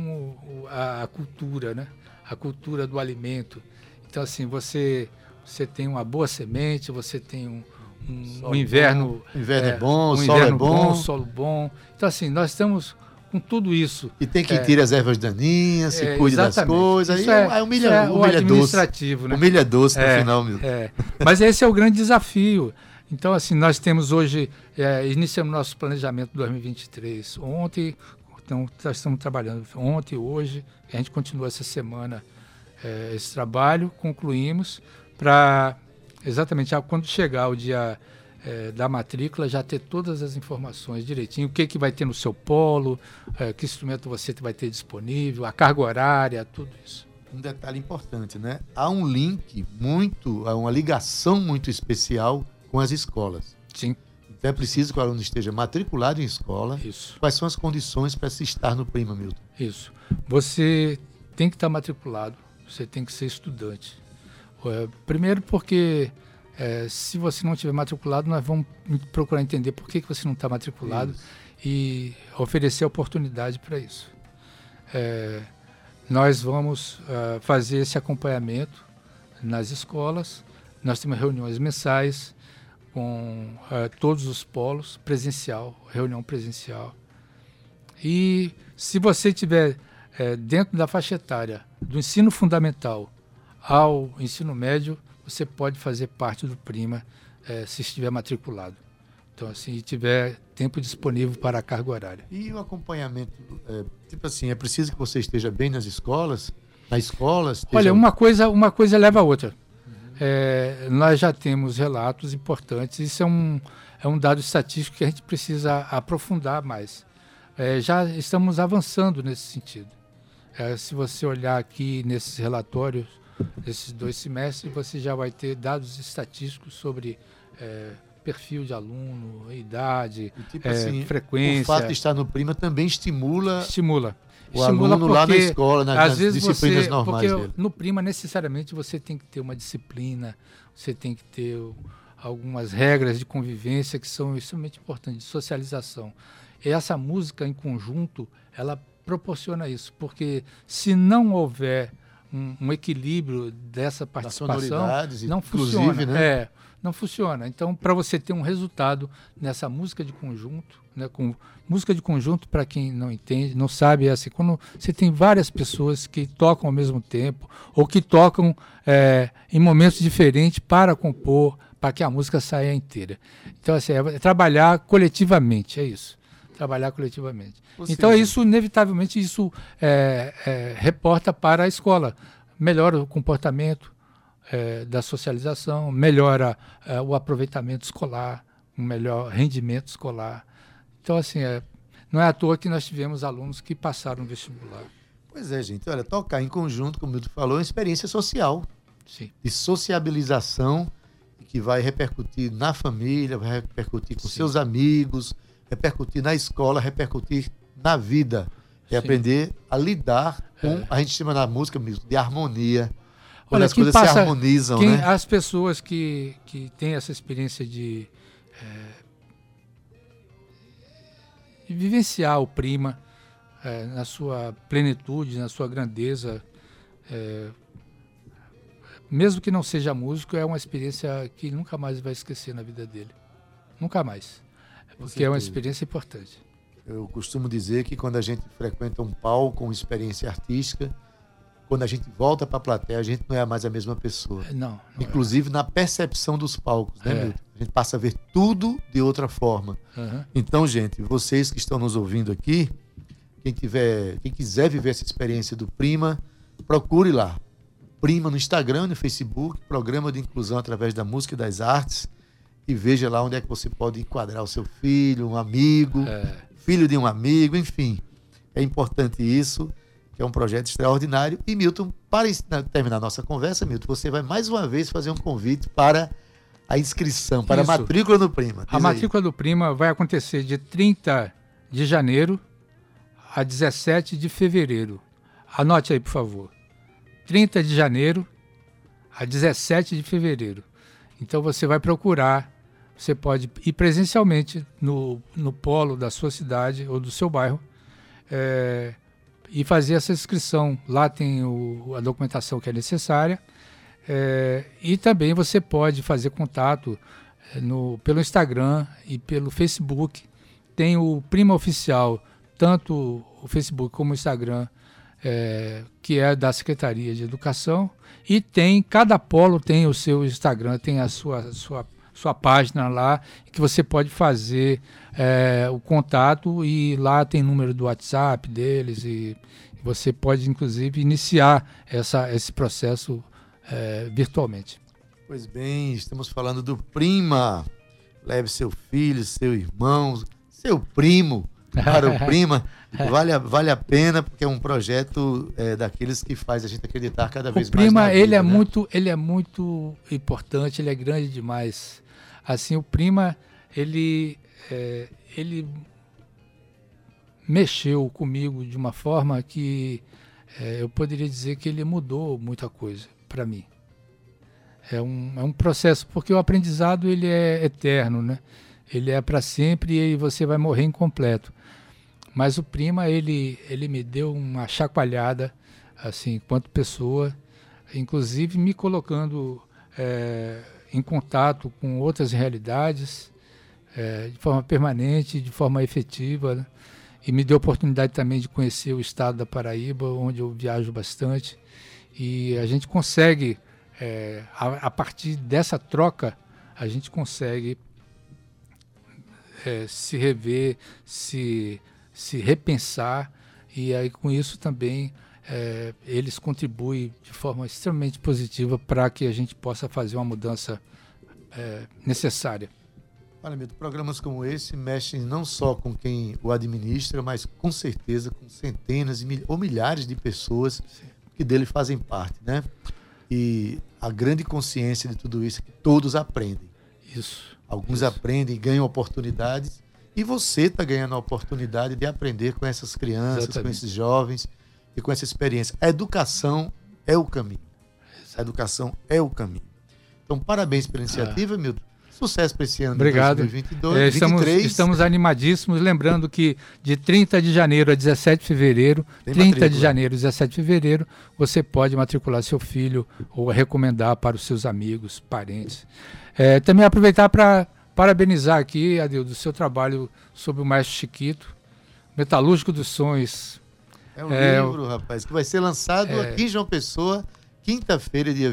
a cultura, né? A cultura do alimento. Então, assim, você tem uma boa semente, você tem um inverno... O inverno é bom, o solo é bom. O solo bom. Então, assim, nós estamos com tudo isso. E tem que tirar as ervas daninhas, se cuide das coisas. Isso aí humilha o administrativo, doce. Né? Humilha doce no final, meu. Mas esse é o grande desafio. Então, assim, nós temos hoje, iniciamos nosso planejamento 2023 ontem. Então, nós estamos trabalhando ontem e hoje, a gente continua essa semana esse trabalho, concluímos, para exatamente quando chegar o dia da matrícula, já ter todas as informações direitinho, o que vai ter no seu polo, que instrumento você vai ter disponível, a carga horária, tudo isso. Um detalhe importante, né? Há um link há uma ligação muito especial com as escolas. Sim. Então é preciso que o aluno esteja matriculado em escola. Isso. Quais são as condições para se estar no Prima, Milton? Isso. Você tem que estar matriculado, você tem que ser estudante. Primeiro porque se você não estiver matriculado, nós vamos procurar entender por que você não está matriculado e oferecer oportunidade para isso. Nós vamos fazer esse acompanhamento nas escolas, nós temos reuniões mensais, com todos os polos, reunião presencial. E se você estiver dentro da faixa etária do ensino fundamental ao ensino médio, você pode fazer parte do Prima se estiver matriculado. Então, assim, tiver tempo disponível para a carga horária. E o acompanhamento, tipo assim, é preciso que você esteja bem nas escolas? Na escola? Olha, uma coisa leva a outra. Nós já temos relatos importantes, isso é um dado estatístico que a gente precisa aprofundar mais. Já estamos avançando nesse sentido. Se você olhar aqui nesses relatórios, desses 2 semestres, você já vai ter dados estatísticos sobre perfil de aluno, idade, tipo assim, frequência. O fato de estar no Prima também estimula o estimula aluno lá na escola, nas vezes disciplinas normais porque dele. No Prima, necessariamente, você tem que ter uma disciplina, você tem que ter algumas regras de convivência que são extremamente importantes, de socialização. E essa música em conjunto, ela proporciona isso, porque se não houver um equilíbrio dessa participação, não funciona. Né? Não funciona. Então, para você ter um resultado nessa música de conjunto, né, música de conjunto, para quem não entende, não sabe, é assim, quando você tem várias pessoas que tocam ao mesmo tempo, ou que tocam em momentos diferentes para compor, para que a música saia inteira. Então, assim, é trabalhar coletivamente, é isso. Trabalhar coletivamente. Então, isso, inevitavelmente, isso reporta para a escola. Melhora o comportamento da socialização, melhora o aproveitamento escolar, um melhor rendimento escolar. Então, assim, não é à toa que nós tivemos alunos que passaram no vestibular. Pois é, gente. Olha, tocar em conjunto, como o Milton falou, é uma experiência social. Sim. De sociabilização, que vai repercutir na família, vai repercutir com seus amigos, repercutir na escola, repercutir na vida. É aprender a lidar com, a gente chama na música mesmo, de harmonia. Quando as coisas se harmonizam, né? As pessoas que têm essa experiência de vivenciar o Prima na sua plenitude, na sua grandeza, mesmo que não seja músico, é uma experiência que nunca mais vai esquecer na vida dele. Nunca mais. Porque é uma experiência importante. Eu costumo dizer que quando a gente frequenta um palco com experiência artística, quando a gente volta para a plateia, a gente não é mais a mesma pessoa. Não Inclusive na percepção dos palcos, né, Milton? A gente passa a ver tudo de outra forma. Então, gente, vocês que estão nos ouvindo aqui, quem quiser viver essa experiência do Prima, procure lá. Prima no Instagram, no Facebook, Programa de Inclusão através da Música e das Artes, e veja lá onde é que você pode enquadrar o seu filho, um amigo, filho de um amigo, enfim. É importante isso, que é um projeto extraordinário. E, Milton, para terminar a nossa conversa, Milton, você vai mais uma vez fazer um convite para a inscrição, para a matrícula do Prima. A matrícula do Prima vai acontecer de 30 de janeiro a 17 de fevereiro. Anote aí, por favor. 30 de janeiro a 17 de fevereiro. Então você vai procurar, você pode ir presencialmente no polo da sua cidade ou do seu bairro e fazer essa inscrição. Lá tem a documentação que é necessária e também você pode fazer contato pelo Instagram e pelo Facebook. Tem o Prima Oficial, tanto o Facebook como o Instagram, que é da Secretaria de Educação, e cada polo tem o seu Instagram, tem a sua página lá, que você pode fazer o contato, e lá tem número do WhatsApp deles, e você pode, inclusive, iniciar esse processo virtualmente. Pois bem, estamos falando do Prima. Leve seu filho, seu irmão, seu primo para o Prima. Vale a pena, porque é um projeto daqueles que faz a gente acreditar cada vez mais. O Prima, na vida, ele é muito importante, ele é grande demais. Assim, o Prima, ele mexeu comigo de uma forma que eu poderia dizer que ele mudou muita coisa para mim. É um processo, porque o aprendizado ele é eterno, né? Ele é para sempre e você vai morrer incompleto. Mas o Prima, ele me deu uma chacoalhada, assim, enquanto pessoa, inclusive me colocando em contato com outras realidades, de forma permanente, de forma efetiva, né? E me deu a oportunidade também de conhecer o estado da Paraíba, onde eu viajo bastante. E a gente consegue, a partir dessa troca, a gente consegue se rever, se repensar, e aí com isso também eles contribuem de forma extremamente positiva para que a gente possa fazer uma mudança necessária. Olha, Milton, programas como esse mexem não só com quem o administra, mas com certeza com centenas ou milhares de pessoas que dele fazem parte, né? E a grande consciência de tudo isso é que todos aprendem. Isso. Alguns aprendem e ganham oportunidades. E você está ganhando a oportunidade de aprender com essas crianças, Exatamente. com esses jovens e com essa experiência. A educação é o caminho. A educação é o caminho. Então, parabéns pela iniciativa, Milton. Sucesso para esse ano. Obrigado. De 2022, Estamos animadíssimos. Lembrando que de 30 de janeiro a 17 de fevereiro, Tem 30 de matrícula. janeiro a 17 de fevereiro, você pode matricular seu filho ou recomendar para os seus amigos, parentes. Também aproveitar para parabenizar aqui, Adildo, o seu trabalho sobre o Maestro Chiquito, Metalúrgico dos Sonhos. É um livro, rapaz, que vai ser lançado aqui em João Pessoa, quinta-feira, dia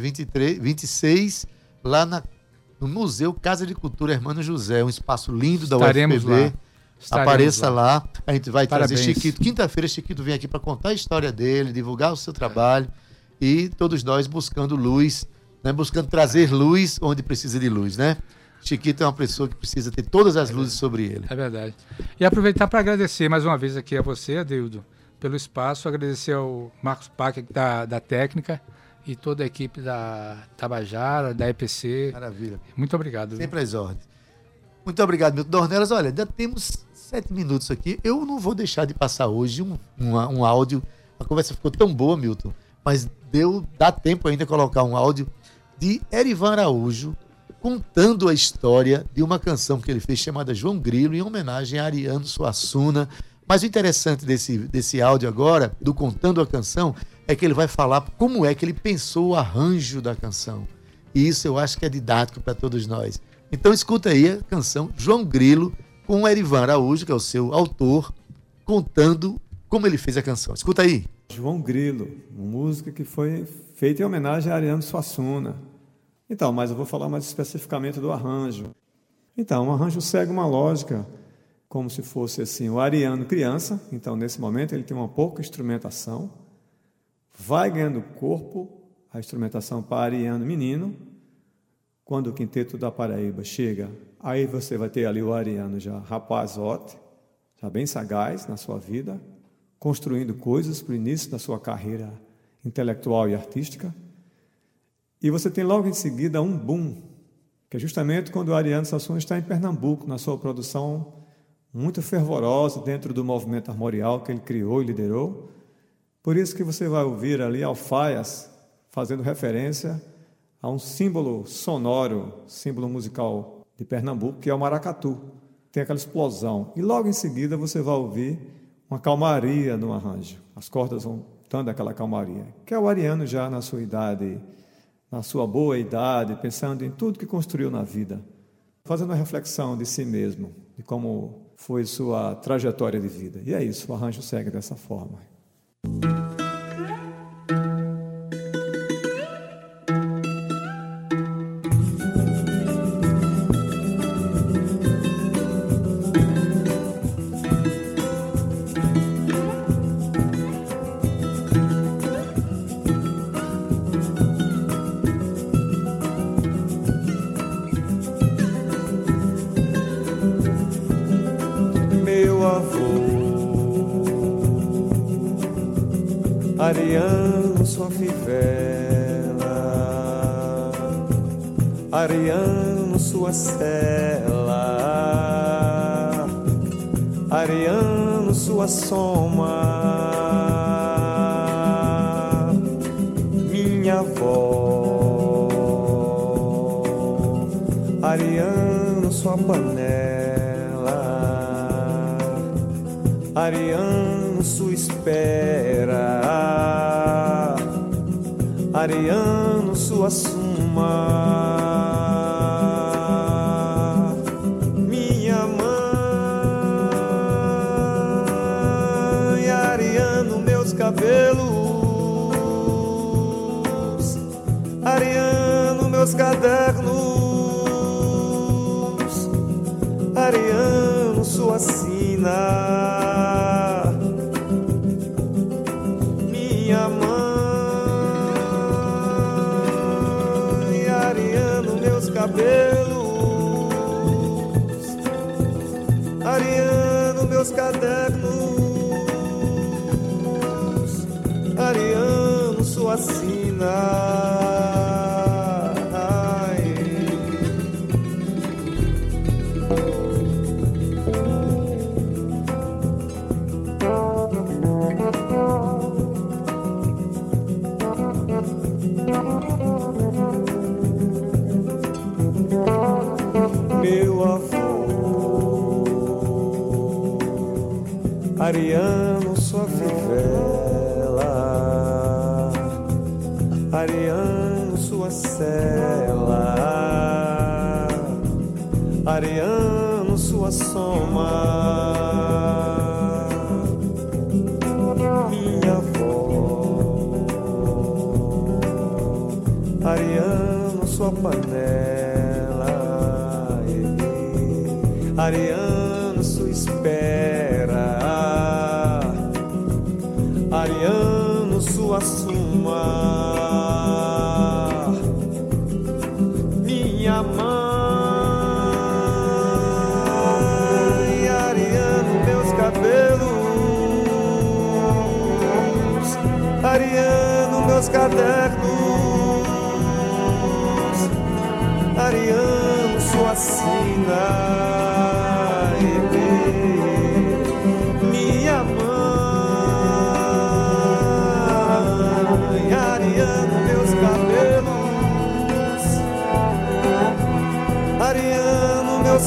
26, lá no Museu Casa de Cultura Hermano José, um espaço lindo da Estaremos UFPB. lá. Estaremos Apareça lá. A gente vai Parabéns. trazer Chiquito. Quinta-feira, Chiquito vem aqui para contar a história dele, divulgar o seu trabalho e todos nós buscando luz, né? Buscando trazer luz onde precisa de luz, né? Chiquito é uma pessoa que precisa ter todas as luzes sobre ele. É verdade. E aproveitar para agradecer mais uma vez aqui a você, Adildo, pelo espaço, agradecer ao Marcos Pac da técnica e toda a equipe da Tabajara, da EPC. Maravilha. Muito obrigado. Sempre às ordens. Muito obrigado, Milton Dornelas. Olha, já temos 7 minutos aqui. Eu não vou deixar de passar hoje um áudio. A conversa ficou tão boa, Milton, mas dá tempo ainda de colocar um áudio de Erivan Araújo contando a história de uma canção que ele fez chamada João Grilo, em homenagem a Ariano Suassuna. Mas o interessante desse áudio agora, do Contando a Canção, é que ele vai falar como é que ele pensou o arranjo da canção. E isso eu acho que é didático para todos nós. Então escuta aí a canção João Grilo, com o Erivan Araújo, que é o seu autor, contando como ele fez a canção. Escuta aí. João Grilo, uma música que foi feita em homenagem a Ariano Suassuna. Então, mas eu vou falar mais especificamente do arranjo. Então, o arranjo segue uma lógica, como se fosse assim, o Ariano criança. Então, nesse momento, ele tem uma pouca instrumentação. Vai ganhando corpo a instrumentação para Ariano menino. Quando o Quinteto da Paraíba chega, aí você vai ter ali o Ariano já rapazote, já bem sagaz na sua vida, construindo coisas para o início da sua carreira intelectual e artística. E você tem logo em seguida um boom, que é justamente quando o Ariano Suassuna está em Pernambuco, na sua produção muito fervorosa dentro do movimento armorial que ele criou e liderou. Por isso que você vai ouvir ali alfaias fazendo referência a um símbolo sonoro, símbolo musical de Pernambuco, que é o maracatu. Tem aquela explosão. E logo em seguida você vai ouvir uma calmaria no arranjo. As cordas vão dando aquela calmaria, que é o Ariano já na sua idade, na sua boa idade, pensando em tudo que construiu na vida, fazendo uma reflexão de si mesmo, de como foi sua trajetória de vida. E é isso, o arranjo segue dessa forma. Ariano, sua fivela, Ariano, sua cela, Ariano, sua soma, minha avó, Ariano, sua panela, Ariano, sua espera, Ariano, sua suma, minha mãe, Ariano, meus cabelos, Ariano, meus cadernos, Ariano, sua sina, minha mãe, Ariano, meus cabelos, Ariano, meus cadernos, Ariano, sua sina. meu avô. Ariano, sua fivela, Ariano, sua cela, Ariano, sua soma. Minha avó, Ariano, sua panela, Ariano, sua espera, Ariano, sua suma. Minha mãe, Ariano, meus cabelos, Ariano, meus cadernos, Ariano, sua sina. Minha mãe, Ariano, meus cabelos, Ariano, meus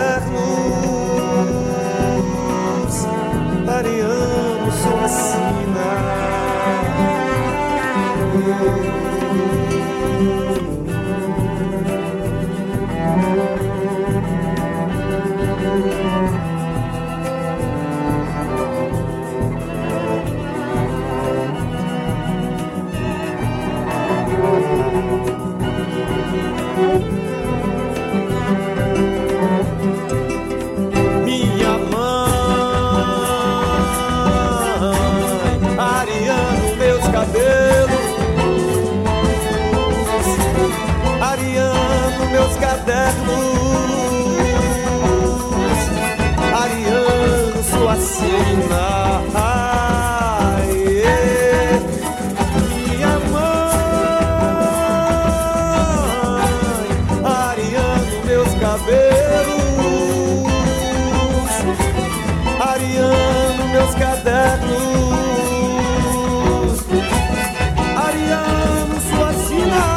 cadernos, Ariano, sua sina. Minha mãe, Ariano, meus cabelos, Ariano, meus cadernos, Ariano, sua sina. Minha mãe, Ariano, meus cabelos, Ariano, meus cadernos, Ariano, sua sina.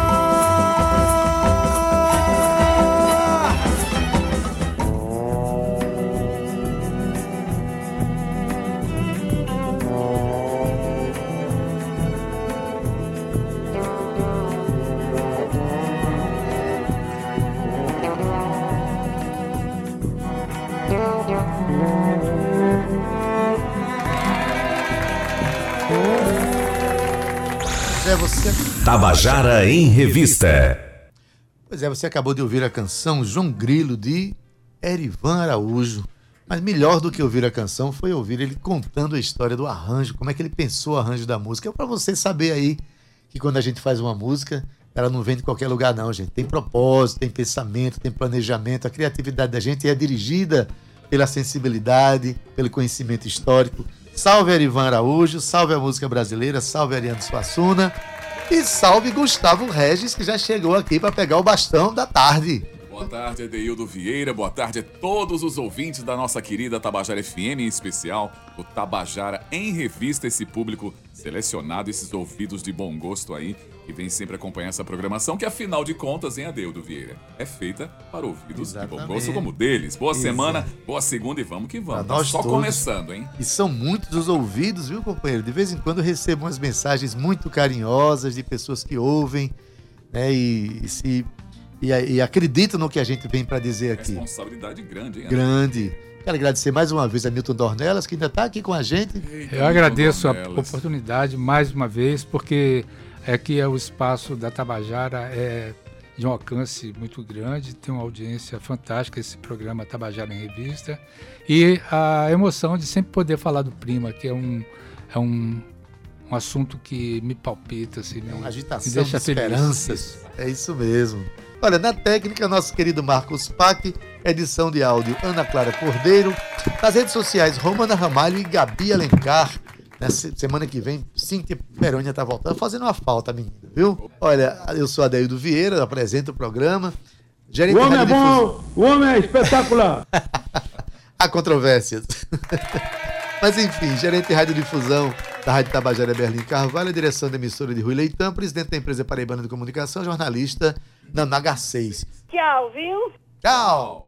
Tabajara em Revista. Pois é, você acabou de ouvir a canção João Grilo, de Erivan Araújo. Mas melhor do que ouvir a canção foi ouvir ele contando a história do arranjo, como é que ele pensou o arranjo da música. É para você saber aí que quando a gente faz uma música, ela não vem de qualquer lugar não, gente. Tem propósito, tem pensamento, tem planejamento. A criatividade da gente é dirigida pela sensibilidade, pelo conhecimento histórico. Salve Erivan Araújo, salve a música brasileira, salve Ariano Suassuna e salve Gustavo Regis, que já chegou aqui para pegar o bastão da tarde. Boa tarde, Adeildo Vieira. Boa tarde a todos os ouvintes da nossa querida Tabajara FM, em especial o Tabajara em Revista, esse público selecionado, esses ouvidos de bom gosto aí, que vem sempre acompanhar essa programação, que afinal de contas, hein, Adeildo Vieira, é feita para ouvidos de bom gosto como o deles. Boa semana, boa segunda e vamos que vamos. Tá só começando, hein? E são muitos os ouvidos, viu, companheiro? De vez em quando eu recebo umas mensagens muito carinhosas de pessoas que ouvem, né, e acreditam no que a gente vem para dizer aqui. Responsabilidade grande, hein? Grande. Quero agradecer mais uma vez a Milton Dornelas, que ainda está aqui com a gente. Eu agradeço a oportunidade mais uma vez, porque aqui é o espaço da Tabajara, é de um alcance muito grande, tem uma audiência fantástica esse programa Tabajara em Revista, e a emoção de sempre poder falar do Prima, que é um assunto que me palpita, assim, uma agitação, me deixa de esperanças. Feliz. É isso mesmo. Olha, na técnica, nosso querido Marcos Pac, edição de áudio Ana Clara Cordeiro, nas redes sociais Romana Ramalho e Gabi Alencar. Nessa semana que vem, Cíntia Perônia tá voltando, fazendo uma falta, menina, viu? Olha, eu sou Adeildo Vieira, apresento o programa. O homem é bom, o homem é espetacular. Há controvérsias. Mas enfim, gerente de radiodifusão da Rádio Tabajara Berlim Carvalho, a direção da emissora de Rui Leitão, presidente da empresa Paraibana de Comunicação, jornalista na H6. Tchau, viu? Tchau!